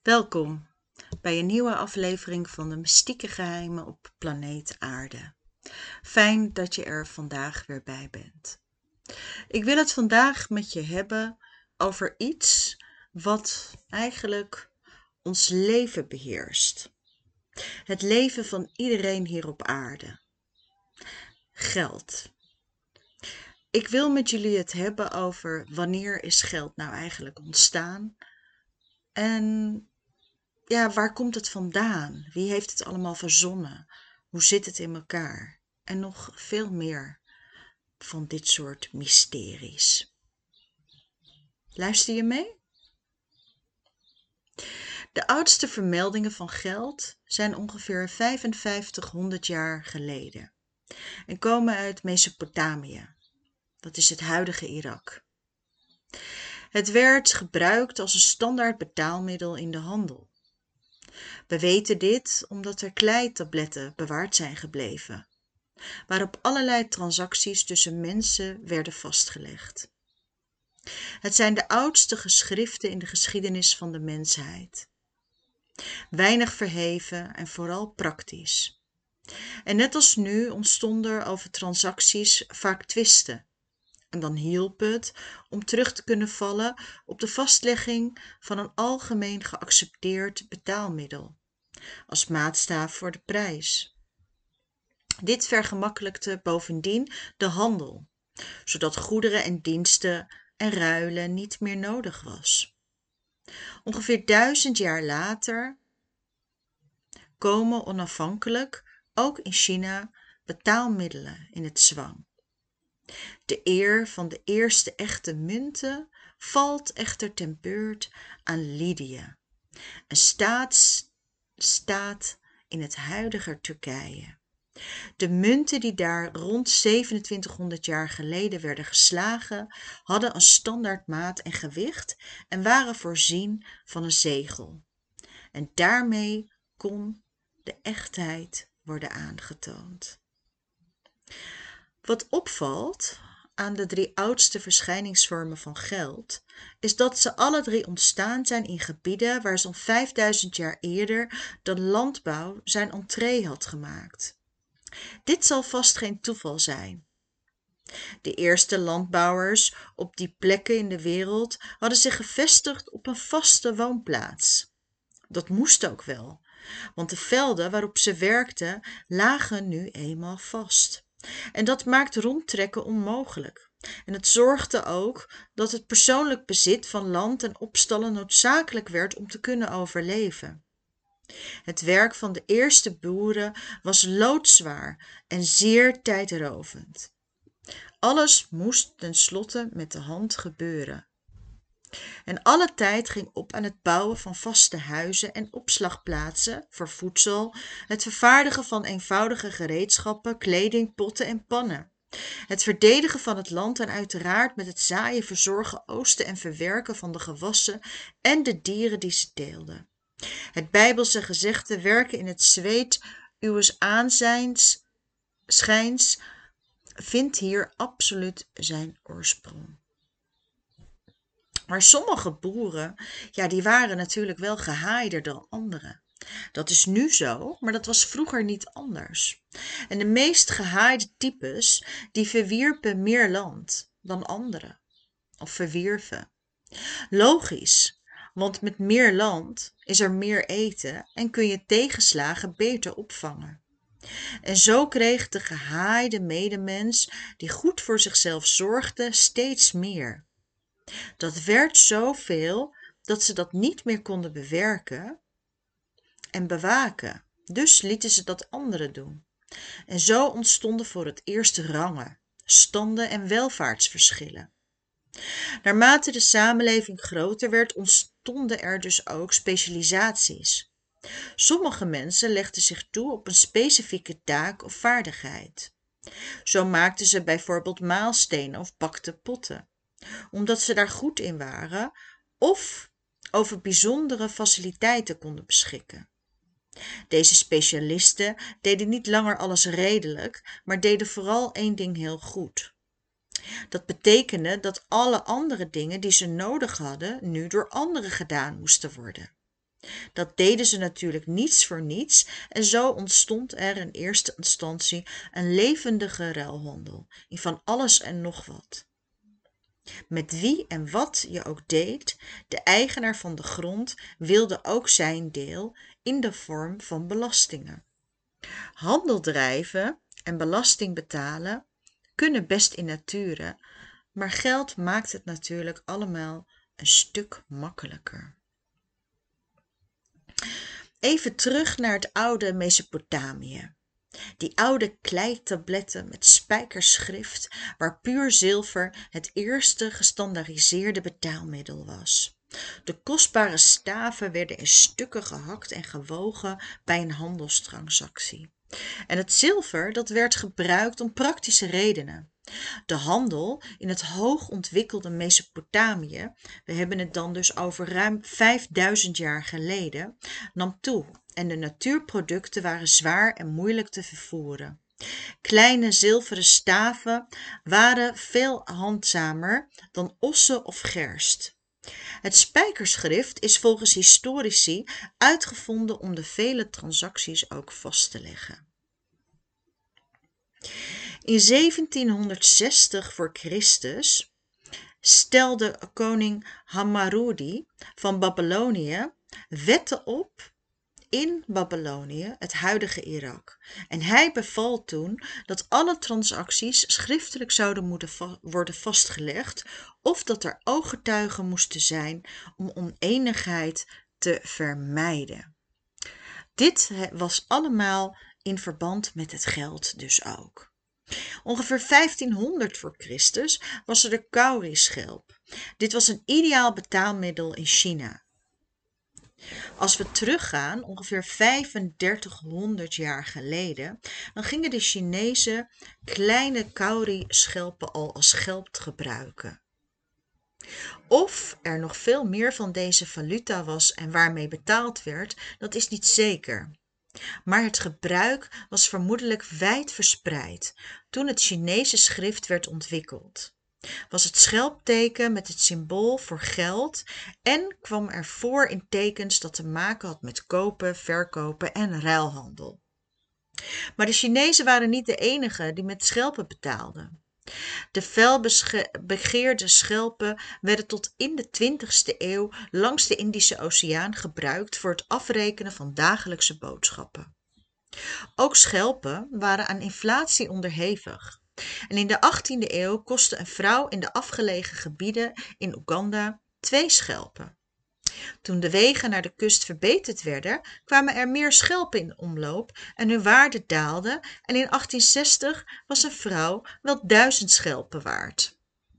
Welkom bij een nieuwe aflevering van de mystieke geheimen op planeet Aarde. Fijn dat je er vandaag weer bij bent. Ik wil het vandaag met je hebben over iets wat eigenlijk ons leven beheerst. Het leven van iedereen hier op aarde. Geld. Ik wil met jullie het hebben over wanneer is geld nou eigenlijk ontstaan en ja, waar komt het vandaan? Wie heeft het allemaal verzonnen? Hoe zit het in elkaar? En nog veel meer van dit soort mysteries. Luister je mee? De oudste vermeldingen van geld zijn ongeveer 5500 jaar geleden en komen uit Mesopotamië. Dat is het huidige Irak. Het werd gebruikt als een standaard betaalmiddel in de handel. We weten dit omdat er kleitabletten bewaard zijn gebleven, waarop allerlei transacties tussen mensen werden vastgelegd. Het zijn de oudste geschriften in de geschiedenis van de mensheid. Weinig verheven en vooral praktisch. En net als nu ontstonden er over transacties vaak twisten. En dan hielp het om terug te kunnen vallen op de vastlegging van een algemeen geaccepteerd betaalmiddel als maatstaf voor de prijs. Dit vergemakkelijkte bovendien de handel, zodat goederen en diensten en ruilen niet meer nodig was. Ongeveer 1000 jaar later komen onafhankelijk, ook in China, betaalmiddelen in het zwang. De eer van de eerste echte munten valt echter ten beurt aan Lydië, een staat in het huidige Turkije. De munten die daar rond 2700 jaar geleden werden geslagen, hadden een standaardmaat en gewicht en waren voorzien van een zegel. En daarmee kon de echtheid worden aangetoond. Wat opvalt aan de 3 oudste verschijningsvormen van geld, is dat ze alle 3 ontstaan zijn in gebieden waar zo'n 5000 jaar eerder de landbouw zijn entree had gemaakt. Dit zal vast geen toeval zijn. De eerste landbouwers op die plekken in de wereld hadden zich gevestigd op een vaste woonplaats. Dat moest ook wel, want de velden waarop ze werkten lagen nu eenmaal vast. En dat maakt rondtrekken onmogelijk. En het zorgde ook dat het persoonlijk bezit van land en opstallen noodzakelijk werd om te kunnen overleven. Het werk van de eerste boeren was loodzwaar en zeer tijdrovend. Alles moest tenslotte met de hand gebeuren. En alle tijd ging op aan het bouwen van vaste huizen en opslagplaatsen voor voedsel, het vervaardigen van eenvoudige gereedschappen, kleding, potten en pannen, het verdedigen van het land en uiteraard met het zaaien, verzorgen, oosten en verwerken van de gewassen en de dieren die ze teelden. Het Bijbelse gezegde werken in het zweet uws aanzijns schijns vindt hier absoluut zijn oorsprong. Maar sommige boeren, ja, die waren natuurlijk wel gehaaider dan anderen. Dat is nu zo, maar dat was vroeger niet anders. En de meest gehaaide types, die verwierpen meer land dan anderen. Of verwierven. Logisch, want met meer land is er meer eten en kun je tegenslagen beter opvangen. En zo kreeg de gehaaide medemens, die goed voor zichzelf zorgde, steeds meer. Dat werd zoveel dat ze dat niet meer konden bewerken en bewaken. Dus lieten ze dat anderen doen. En zo ontstonden voor het eerst rangen, standen en welvaartsverschillen. Naarmate de samenleving groter werd, ontstonden er dus ook specialisaties. Sommige mensen legden zich toe op een specifieke taak of vaardigheid. Zo maakten ze bijvoorbeeld maalstenen of bakten potten, omdat ze daar goed in waren of over bijzondere faciliteiten konden beschikken. Deze specialisten deden niet langer alles redelijk, maar deden vooral één ding heel goed. Dat betekende dat alle andere dingen die ze nodig hadden nu door anderen gedaan moesten worden. Dat deden ze natuurlijk niets voor niets en zo ontstond er in eerste instantie een levendige ruilhandel in van alles en nog wat. Met wie en wat je ook deed, de eigenaar van de grond wilde ook zijn deel in de vorm van belastingen. Handel drijven en belasting betalen kunnen best in nature, maar geld maakt het natuurlijk allemaal een stuk makkelijker. Even terug naar het oude Mesopotamië. Die oude kleitabletten met spijkerschrift waar puur zilver het eerste gestandaardiseerde betaalmiddel was. De kostbare staven werden in stukken gehakt en gewogen bij een handelstransactie. En het zilver dat werd gebruikt om praktische redenen. De handel in het hoog ontwikkelde Mesopotamië, we hebben het dan dus over ruim 5000 jaar geleden, nam toe en de natuurproducten waren zwaar en moeilijk te vervoeren. Kleine zilveren staven waren veel handzamer dan ossen of gerst. Het spijkerschrift is volgens historici uitgevonden om de vele transacties ook vast te leggen. In 1760 voor Christus stelde koning Hammurabi van Babylonië wetten op in Babylonië, het huidige Irak. En hij beval toen dat alle transacties schriftelijk zouden moeten worden vastgelegd of dat er ooggetuigen moesten zijn om oneenigheid te vermijden. Dit was allemaal in verband met het geld dus ook. Ongeveer 1500 voor Christus was er de cowrie-schelp. Dit was een ideaal betaalmiddel in China. Als we teruggaan, ongeveer 3500 jaar geleden, dan gingen de Chinezen kleine cowrie-schelpen al als geld gebruiken. Of er nog veel meer van deze valuta was en waarmee betaald werd, dat is niet zeker. Maar het gebruik was vermoedelijk wijd verspreid toen het Chinese schrift werd ontwikkeld. Was het schelpteken met het symbool voor geld en kwam er voor in tekens dat te maken had met kopen, verkopen en ruilhandel. Maar de Chinezen waren niet de enigen die met schelpen betaalden. De felbegeerde schelpen werden tot in de 20e eeuw langs de Indische Oceaan gebruikt voor het afrekenen van dagelijkse boodschappen. Ook schelpen waren aan inflatie onderhevig. En in de 18e eeuw kostte een vrouw in de afgelegen gebieden in Oeganda 2 schelpen. Toen de wegen naar de kust verbeterd werden, kwamen er meer schelpen in omloop en hun waarde daalde en in 1860 was een vrouw wel 1000 schelpen waard.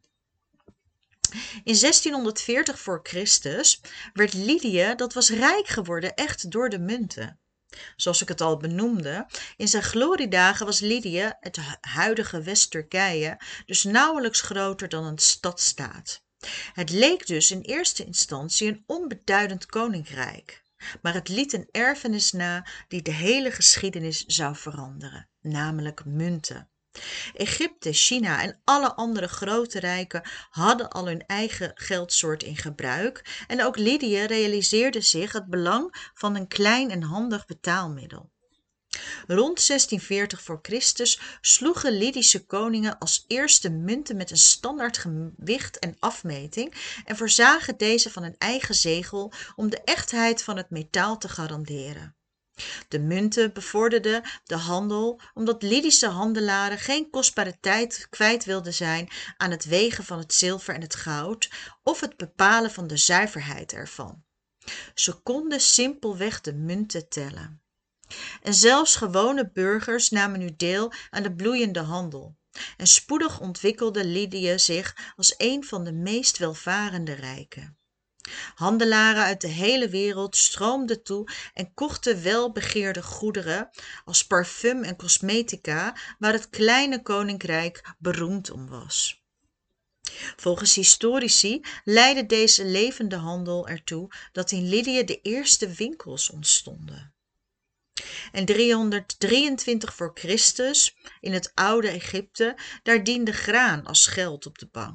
In 1640 voor Christus werd Lydië, dat was rijk geworden echt door de munten. Zoals ik het al benoemde, in zijn gloriedagen was Lydië, het huidige West-Turkije, dus nauwelijks groter dan een stadstaat. Het leek dus in eerste instantie een onbeduidend koninkrijk, maar het liet een erfenis na die de hele geschiedenis zou veranderen, namelijk munten. Egypte, China en alle andere grote rijken hadden al hun eigen geldsoort in gebruik en ook Lydië realiseerde zich het belang van een klein en handig betaalmiddel. Rond 1640 voor Christus sloegen Lydische koningen als eerste munten met een standaard gewicht en afmeting en voorzagen deze van een eigen zegel om de echtheid van het metaal te garanderen. De munten bevorderden de handel omdat Lydische handelaren geen kostbare tijd kwijt wilden zijn aan het wegen van het zilver en het goud of het bepalen van de zuiverheid ervan. Ze konden simpelweg de munten tellen. En zelfs gewone burgers namen nu deel aan de bloeiende handel. En spoedig ontwikkelde Lydië zich als een van de meest welvarende rijken. Handelaren uit de hele wereld stroomden toe en kochten welbegeerde goederen als parfum en cosmetica, waar het kleine koninkrijk beroemd om was. Volgens historici leidde deze levende handel ertoe dat in Lydië de eerste winkels ontstonden. En 323 voor Christus, in het oude Egypte, daar diende graan als geld op de bank.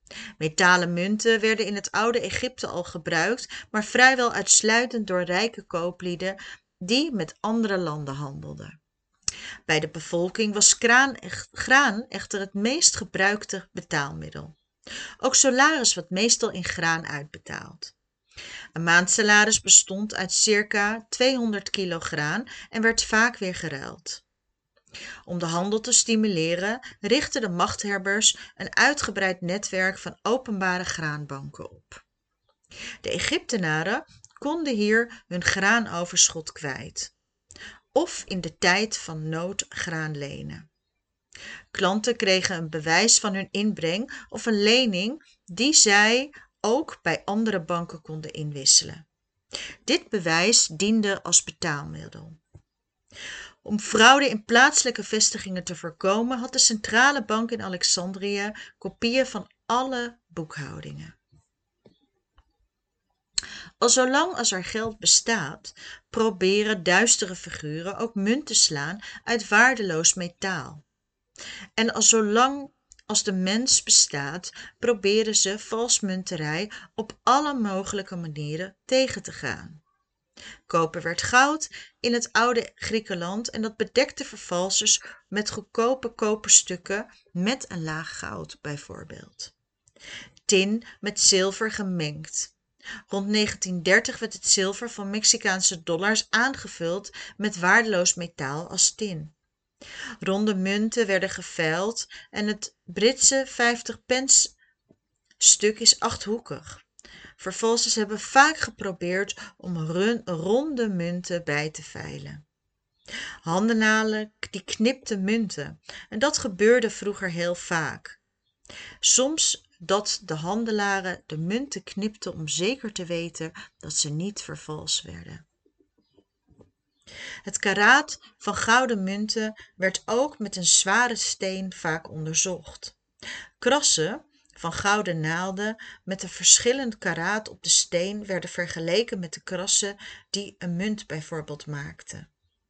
Metalen munten werden in het oude Egypte al gebruikt, maar vrijwel uitsluitend door rijke kooplieden die met andere landen handelden. Bij de bevolking was graan echter het meest gebruikte betaalmiddel. Ook salaris werd meestal in graan uitbetaald. Een maandsalaris bestond uit circa 200 kilo graan en werd vaak weer geruild. Om de handel te stimuleren richtten de machthebbers een uitgebreid netwerk van openbare graanbanken op. De Egyptenaren konden hier hun graanoverschot kwijt of in de tijd van nood graan lenen. Klanten kregen een bewijs van hun inbreng of een lening die zij ook bij andere banken konden inwisselen. Dit bewijs diende als betaalmiddel. Om fraude in plaatselijke vestigingen te voorkomen had de centrale bank in Alexandrië kopieën van alle boekhoudingen. Al zolang als er geld bestaat, proberen duistere figuren ook munt te slaan uit waardeloos metaal. En al zolang als de mens bestaat, proberen ze valsmunterij op alle mogelijke manieren tegen te gaan. Koper werd goud in het oude Griekenland en dat bedekte vervalsers met goedkope koperstukken met een laag goud bijvoorbeeld. Tin met zilver gemengd. Rond 1930 werd het zilver van Mexicaanse dollars aangevuld met waardeloos metaal als tin. Ronde munten werden geveild en het Britse 50 pence stuk is achthoekig. Vervalsers hebben vaak geprobeerd om ronde munten bij te veilen. Handenaren die knipten munten en dat gebeurde vroeger heel vaak. Soms dat de handelaren de munten knipten om zeker te weten dat ze niet vervalst werden. Het karaat van gouden munten werd ook met een zware steen vaak onderzocht. Krassen van gouden naalden met een verschillend karaat op de steen werden vergeleken met de krassen die een munt bijvoorbeeld maakten.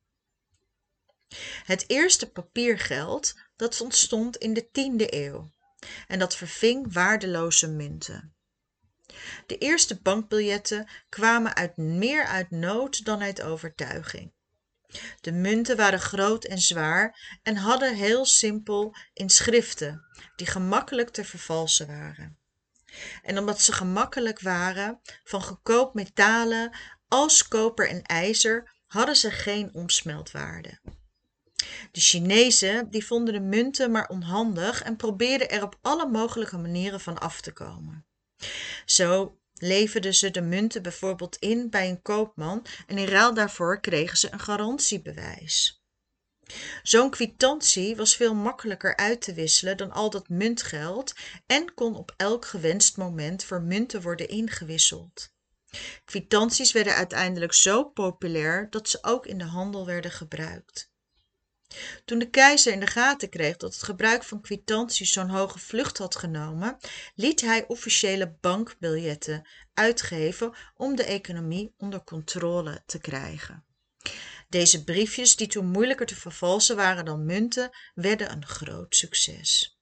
Het eerste papiergeld dat ontstond in de 10e eeuw en dat verving waardeloze munten. De eerste bankbiljetten kwamen meer uit nood dan uit overtuiging. De munten waren groot en zwaar en hadden heel simpel inschriften die gemakkelijk te vervalsen waren. En omdat ze gemakkelijk waren van goedkoop metalen als koper en ijzer, hadden ze geen omsmeltwaarde. De Chinezen die vonden de munten maar onhandig en probeerden er op alle mogelijke manieren van af te komen. Zo leverden ze de munten bijvoorbeeld in bij een koopman en in ruil daarvoor kregen ze een garantiebewijs. Zo'n kwitantie was veel makkelijker uit te wisselen dan al dat muntgeld en kon op elk gewenst moment voor munten worden ingewisseld. Kwitanties werden uiteindelijk zo populair dat ze ook in de handel werden gebruikt. Toen de keizer in de gaten kreeg dat het gebruik van kwitanties zo'n hoge vlucht had genomen, liet hij officiële bankbiljetten uitgeven om de economie onder controle te krijgen. Deze briefjes, die toen moeilijker te vervalsen waren dan munten, werden een groot succes.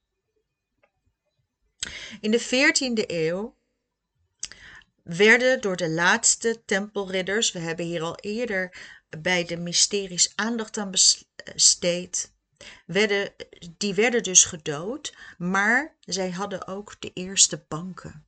In de 14e eeuw werden door de laatste tempelridders, we hebben hier al eerder bij de mysteries aandacht aan besteed, die werden dus gedood, maar zij hadden ook de eerste banken.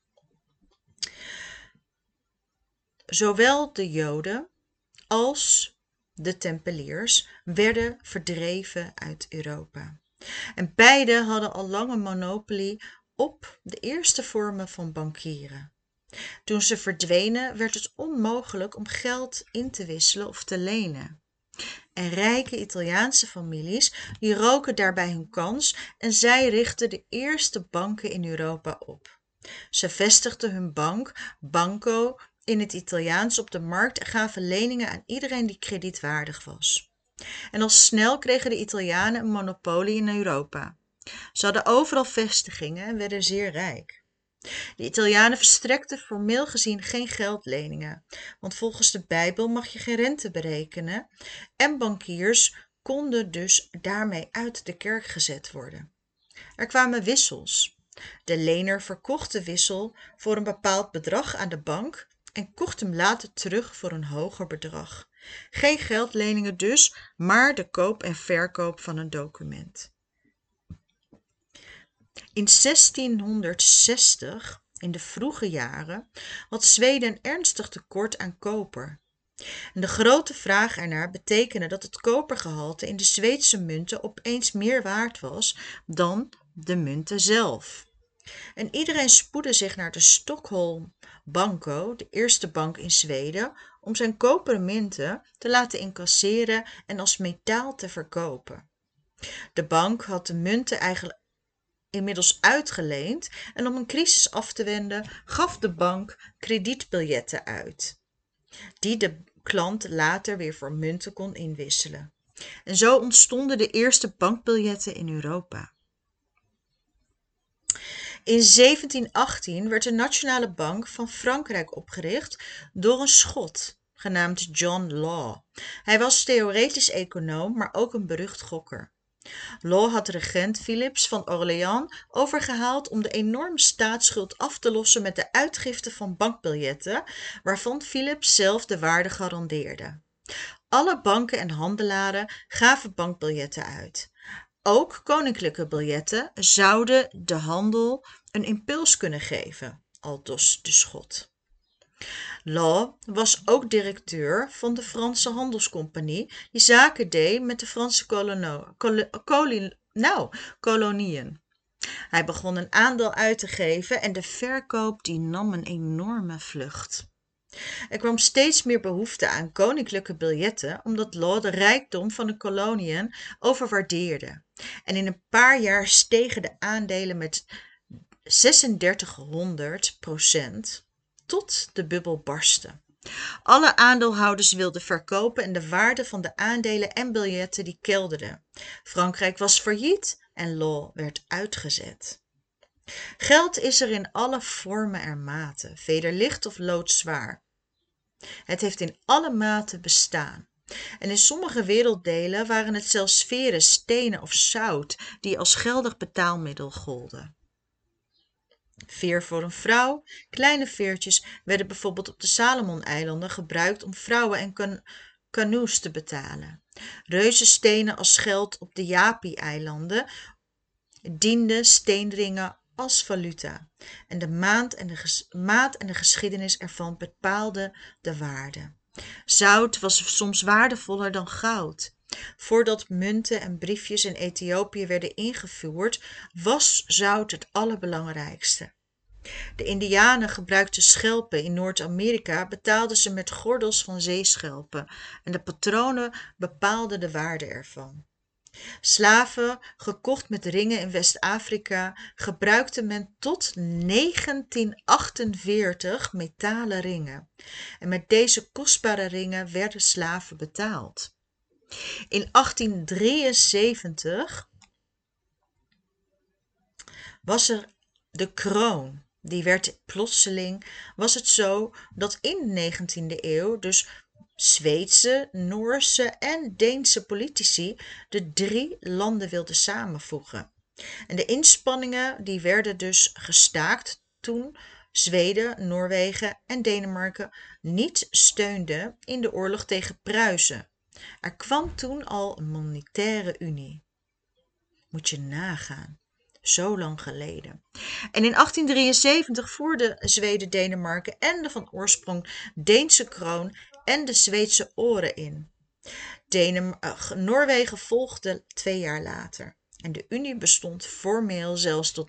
Zowel de Joden als de Tempeliers werden verdreven uit Europa. En beide hadden al lang een monopolie op de eerste vormen van bankieren. Toen ze verdwenen, werd het onmogelijk om geld in te wisselen of te lenen. En rijke Italiaanse families die roken daarbij hun kans en zij richtten de eerste banken in Europa op. Ze vestigden hun banco in het Italiaans op de markt en gaven leningen aan iedereen die kredietwaardig was. En al snel kregen de Italianen een monopolie in Europa. Ze hadden overal vestigingen en werden zeer rijk. De Italianen verstrekten formeel gezien geen geldleningen, want volgens de Bijbel mag je geen rente berekenen en bankiers konden dus daarmee uit de kerk gezet worden. Er kwamen wissels De lener verkocht de wissel voor een bepaald bedrag aan de bank en kocht hem later terug voor een hoger bedrag. Geen geldleningen dus, maar de koop en verkoop van een document. In 1660, in de vroege jaren, had Zweden een ernstig tekort aan koper. En de grote vraag ernaar betekende dat het kopergehalte in de Zweedse munten opeens meer waard was dan de munten zelf. En iedereen spoedde zich naar de Stockholm Banco, de eerste bank in Zweden, om zijn koperen munten te laten incasseren en als metaal te verkopen. De bank had de munten eigenlijk inmiddels uitgeleend en om een crisis af te wenden gaf de bank kredietbiljetten uit, die de klant later weer voor munten kon inwisselen. En zo ontstonden de eerste bankbiljetten in Europa. In 1718 werd de Nationale Bank van Frankrijk opgericht door een Schot, genaamd John Law. Hij was theoretisch econoom, maar ook een berucht gokker. Law had regent Philips van Orléans overgehaald om de enorme staatsschuld af te lossen met de uitgifte van bankbiljetten, waarvan Philips zelf de waarde garandeerde. Alle banken en handelaren gaven bankbiljetten uit. Ook koninklijke biljetten zouden de handel een impuls kunnen geven, aldus de Schot. Law was ook directeur van de Franse Handelscompagnie, die zaken deed met de Franse koloniën. Hij begon een aandeel uit te geven en de verkoop die nam een enorme vlucht. Er kwam steeds meer behoefte aan koninklijke biljetten, omdat Law de rijkdom van de koloniën overwaardeerde. En in een paar jaar stegen de aandelen met 3600% tot de bubbel barstte. Alle aandeelhouders wilden verkopen en de waarde van de aandelen en biljetten die kelderde. Frankrijk was failliet en Law werd uitgezet. Geld is er in alle vormen en maten, vederlicht of loodzwaar. Het heeft in alle maten bestaan. En in sommige werelddelen waren het zelfs sferen, stenen of zout die als geldig betaalmiddel golden. Veer voor een vrouw. Kleine veertjes werden bijvoorbeeld op de Salomoneilanden gebruikt om vrouwen en kanoes te betalen. Reuzenstenen als geld op de Japi-eilanden dienden steenringen als valuta. En de maat en de geschiedenis ervan bepaalden de waarde. Zout was soms waardevoller dan goud. Voordat munten en briefjes in Ethiopië werden ingevoerd, was zout het allerbelangrijkste. De Indianen gebruikten schelpen in Noord-Amerika, betaalden ze met gordels van zeeschelpen en de patronen bepaalden de waarde ervan. Slaven, gekocht met ringen in West-Afrika, gebruikte men tot 1948 metalen ringen. En met deze kostbare ringen werden slaven betaald. In 1873 was er de kroon. Die werd plotseling, was het zo dat in de 19e eeuw dus Zweedse, Noorse en Deense politici de 3 landen wilden samenvoegen. En de inspanningen die werden dus gestaakt toen Zweden, Noorwegen en Denemarken niet steunden in de oorlog tegen Pruisen. Er kwam toen al een monetaire unie. Moet je nagaan. Zo lang geleden. En in 1873 voerden Zweden, Denemarken en de van oorsprong Deense kroon en de Zweedse oren in. Noorwegen volgde 2 jaar later. En de Unie bestond formeel zelfs tot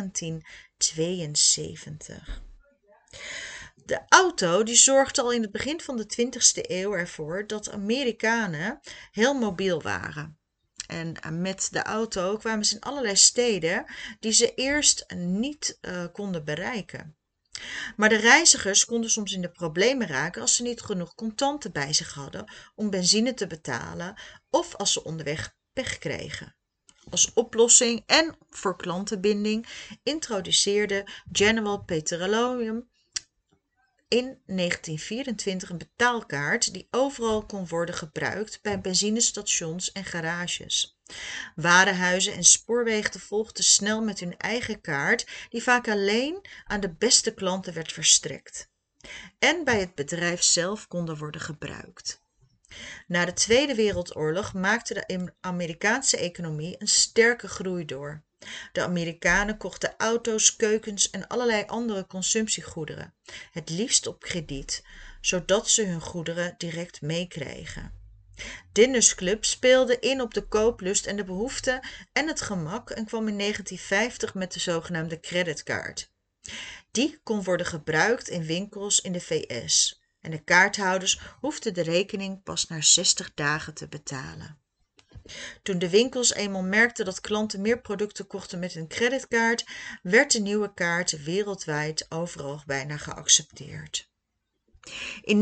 1972. De auto die zorgde al in het begin van de 20e eeuw ervoor dat Amerikanen heel mobiel waren. En met de auto kwamen ze in allerlei steden die ze eerst niet konden bereiken. Maar de reizigers konden soms in de problemen raken als ze niet genoeg contanten bij zich hadden om benzine te betalen of als ze onderweg pech kregen. Als oplossing en voor klantenbinding introduceerde General Petroleum in 1924 een betaalkaart die overal kon worden gebruikt bij benzinestations en garages. Warenhuizen en spoorwegen volgden snel met hun eigen kaart, die vaak alleen aan de beste klanten werd verstrekt en bij het bedrijf zelf konden worden gebruikt. Na de Tweede Wereldoorlog maakte de Amerikaanse economie een sterke groei door. De Amerikanen kochten auto's, keukens en allerlei andere consumptiegoederen, het liefst op krediet, zodat ze hun goederen direct meekregen. Dinners Club speelde in op de kooplust en de behoefte en het gemak en kwam in 1950 met de zogenaamde creditcard. Die kon worden gebruikt in winkels in de VS en de kaarthouders hoefden de rekening pas na 60 dagen te betalen. Toen de winkels eenmaal merkten dat klanten meer producten kochten met een creditcard, werd de nieuwe kaart wereldwijd overal bijna geaccepteerd. In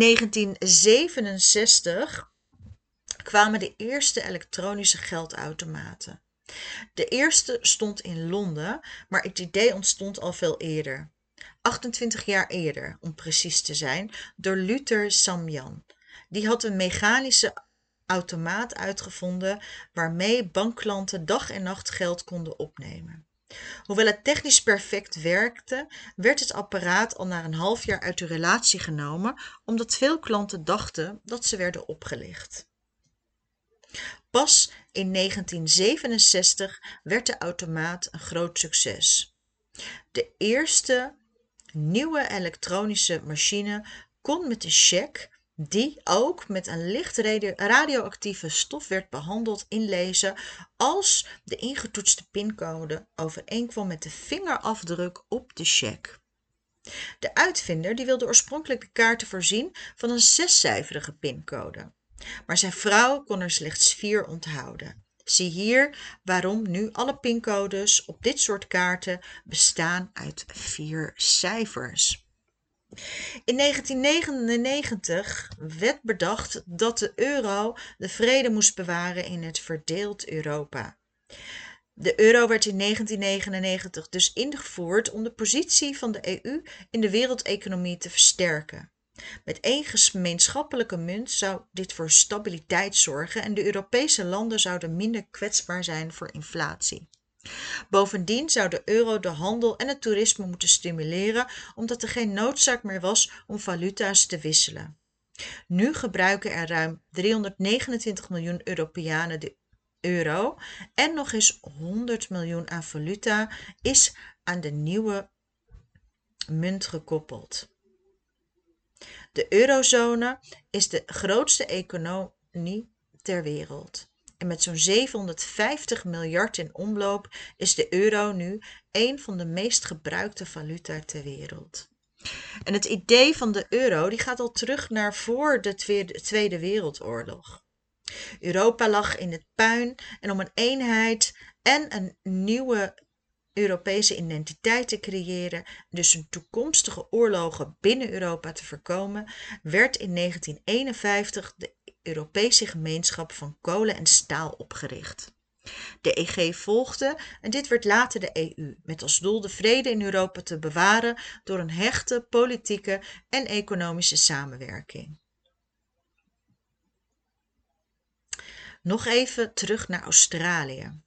1967 kwamen de eerste elektronische geldautomaten. De eerste stond in Londen, maar het idee ontstond al veel eerder. 28 jaar eerder, om precies te zijn, door Luther Samjan. Die had een mechanische automaat uitgevonden waarmee bankklanten dag en nacht geld konden opnemen. Hoewel het technisch perfect werkte, werd het apparaat al na een half jaar uit de relatie genomen, omdat veel klanten dachten dat ze werden opgelicht. Pas in 1967 werd de automaat een groot succes. De eerste nieuwe elektronische machine kon met een cheque, die ook met een licht radioactieve stof werd behandeld, inlezen als de ingetoetste pincode overeenkwam met de vingerafdruk op de cheque. De uitvinder die wilde oorspronkelijk de kaarten voorzien van een 6-cijferige pincode, maar zijn vrouw kon er slechts 4 onthouden. Zie hier waarom nu alle pincodes op dit soort kaarten bestaan uit 4 cijfers. In 1999 werd bedacht dat de euro de vrede moest bewaren in het verdeeld Europa. De euro werd in 1999 dus ingevoerd om de positie van de EU in de wereldeconomie te versterken. Met één gemeenschappelijke munt zou dit voor stabiliteit zorgen en de Europese landen zouden minder kwetsbaar zijn voor inflatie. Bovendien zou de euro de handel en het toerisme moeten stimuleren, omdat er geen noodzaak meer was om valuta's te wisselen. Nu gebruiken er ruim 329 miljoen Europeanen de euro en nog eens 100 miljoen aan valuta is aan de nieuwe munt gekoppeld. De eurozone is de grootste economie ter wereld. En met zo'n 750 miljard in omloop is de euro nu een van de meest gebruikte valuta ter wereld. En het idee van de euro die gaat al terug naar voor de Tweede Wereldoorlog. Europa lag in het puin en om een eenheid en een nieuwe Europese identiteit te creëren, dus een toekomstige oorlogen binnen Europa te voorkomen, werd in 1951 de Europese Gemeenschap van Kolen en Staal opgericht. De EG volgde en dit werd later de EU, met als doel de vrede in Europa te bewaren door een hechte politieke en economische samenwerking. Nog even terug naar Australië.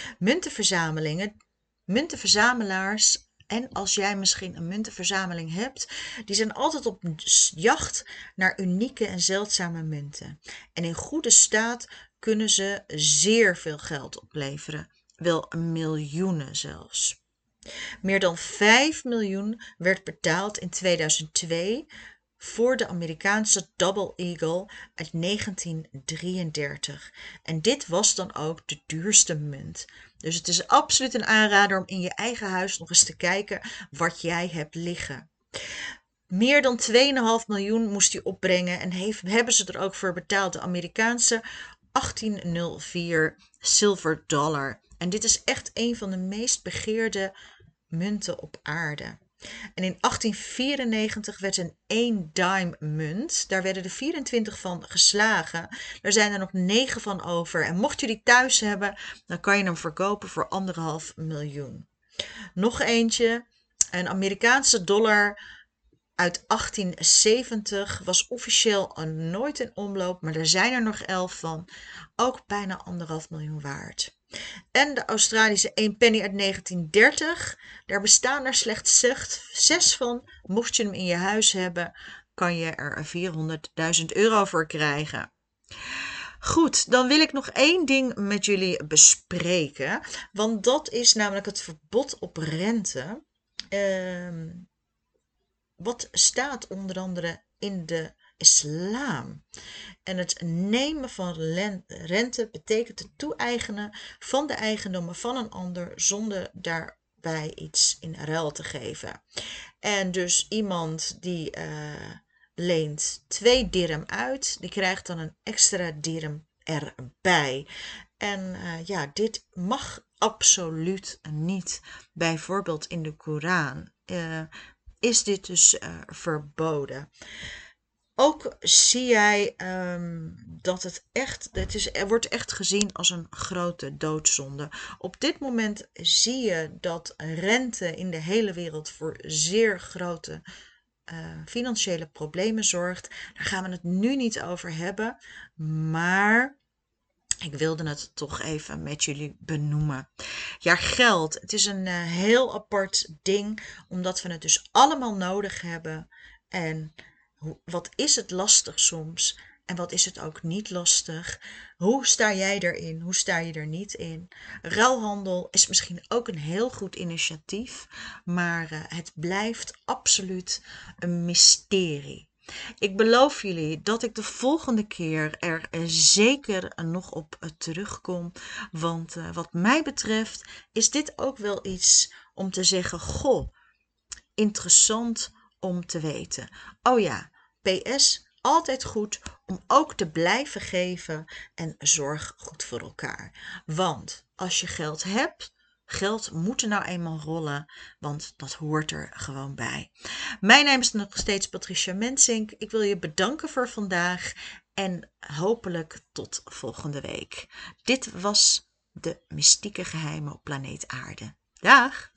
Muntenverzamelaars en als jij misschien een muntenverzameling hebt, die zijn altijd op jacht naar unieke en zeldzame munten. En in goede staat kunnen ze zeer veel geld opleveren, wel miljoenen zelfs. Meer dan 5 miljoen werd betaald in 2002 voor de Amerikaanse Double Eagle uit 1933. En dit was dan ook de duurste munt. Dus het is absoluut een aanrader om in je eigen huis nog eens te kijken wat jij hebt liggen. Meer dan 2,5 miljoen moest hij opbrengen en hebben ze er ook voor betaald. De Amerikaanse 1804 silver dollar. En dit is echt een van de meest begeerde munten op aarde. En in 1894 werd een 1 dime munt. Daar werden er 24 van geslagen. Er zijn er nog 9 van over. En mocht je die thuis hebben, dan kan je hem verkopen voor 1,5 miljoen. Nog eentje, een Amerikaanse dollar uit 1870, was officieel nooit in omloop, maar er zijn er nog 11 van, ook bijna 1,5 miljoen waard. En de Australische 1 penny uit 1930, daar bestaan er slechts 6 van. Mocht je hem in je huis hebben, kan je er 400.000 euro voor krijgen. Goed, dan wil ik nog één ding met jullie bespreken, want dat is namelijk het verbod op rente. Wat staat onder andere in de islam. En het nemen van rente betekent het toe-eigenen van de eigendommen van een ander zonder daarbij iets in ruil te geven. En dus iemand die leent 2 dirham uit, die krijgt dan een extra dirham erbij. En ja, dit mag absoluut niet. Bijvoorbeeld in de Koran is dit dus verboden. Ook zie jij dat er wordt echt gezien als een grote doodzonde. Op dit moment zie je dat rente in de hele wereld voor zeer grote financiële problemen zorgt. Daar gaan we het nu niet over hebben, maar ik wilde het toch even met jullie benoemen. Ja, geld. Het is een heel apart ding, omdat we het dus allemaal nodig hebben. En wat is het lastig soms? En wat is het ook niet lastig? Hoe sta jij erin? Hoe sta je er niet in? Ruilhandel is misschien ook een heel goed initiatief, maar het blijft absoluut een mysterie. Ik beloof jullie dat ik de volgende keer er zeker nog op terugkom. Want wat mij betreft is dit ook wel iets om te zeggen, goh, interessant om te weten. Oh ja, PS, altijd goed om ook te blijven geven en zorg goed voor elkaar. Want als je geld hebt, geld moet er nou eenmaal rollen, want dat hoort er gewoon bij. Mijn naam is nog steeds Patricia Mensink. Ik wil je bedanken voor vandaag en hopelijk tot volgende week. Dit was de mystieke geheimen op planeet Aarde. Dag!